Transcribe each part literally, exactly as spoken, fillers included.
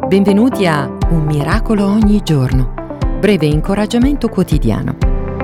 Benvenuti a Un miracolo ogni giorno, breve incoraggiamento quotidiano.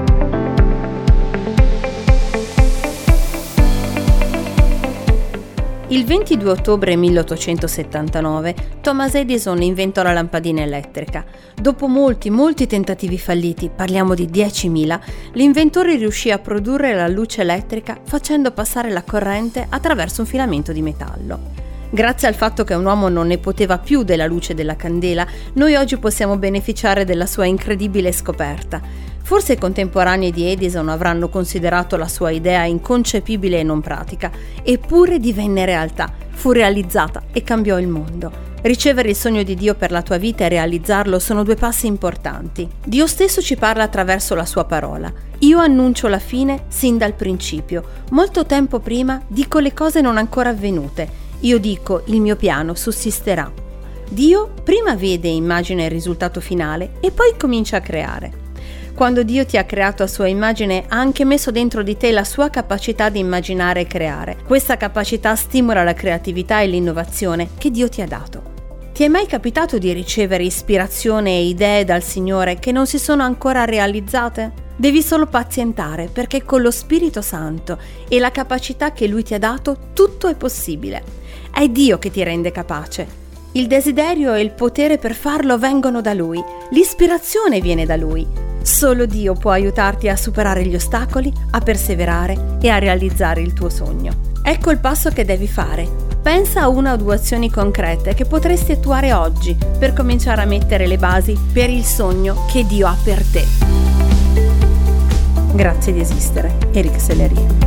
Il ventidue ottobre milleottocentosettantanove Thomas Edison inventò la lampadina elettrica. Dopo molti, molti tentativi falliti, parliamo di diecimila, l'inventore riuscì a produrre la luce elettrica facendo passare la corrente attraverso un filamento di metallo. Grazie al fatto che un uomo non ne poteva più della luce della candela, noi oggi possiamo beneficiare della sua incredibile scoperta. Forse i contemporanei di Edison avranno considerato la sua idea inconcepibile e non pratica, eppure divenne realtà, fu realizzata e cambiò il mondo. Ricevere il sogno di Dio per la tua vita e realizzarlo sono due passi importanti. Dio stesso ci parla attraverso la sua parola. Io annuncio la fine sin dal principio. Molto tempo prima dico le cose non ancora avvenute. Io dico il mio piano sussisterà. Dio prima vede e immagina il risultato finale e poi comincia a creare. Quando Dio ti ha creato a sua immagine, ha anche messo dentro di te la sua capacità di immaginare e creare. Questa capacità stimola la creatività e l'innovazione che Dio ti ha dato. Ti è mai capitato di ricevere ispirazione e idee dal Signore che non si sono ancora realizzate? Devi solo pazientare, perché con lo Spirito Santo e la capacità che Lui ti ha dato, tutto è possibile. È Dio che ti rende capace. Il desiderio e il potere per farlo vengono da Lui. L'ispirazione viene da Lui. Solo Dio può aiutarti a superare gli ostacoli, a perseverare e a realizzare il tuo sogno. Ecco il passo che devi fare. Pensa a una o due azioni concrete che potresti attuare oggi per cominciare a mettere le basi per il sogno che Dio ha per te. Grazie di esistere. Eric Sellerie.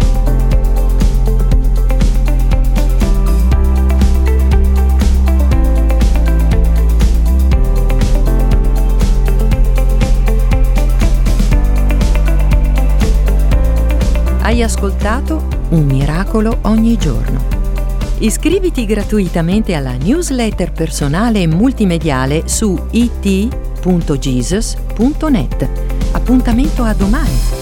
Hai ascoltato Un miracolo ogni giorno. Iscriviti gratuitamente alla newsletter personale e multimediale su it punto jesus punto net. Appuntamento a domani.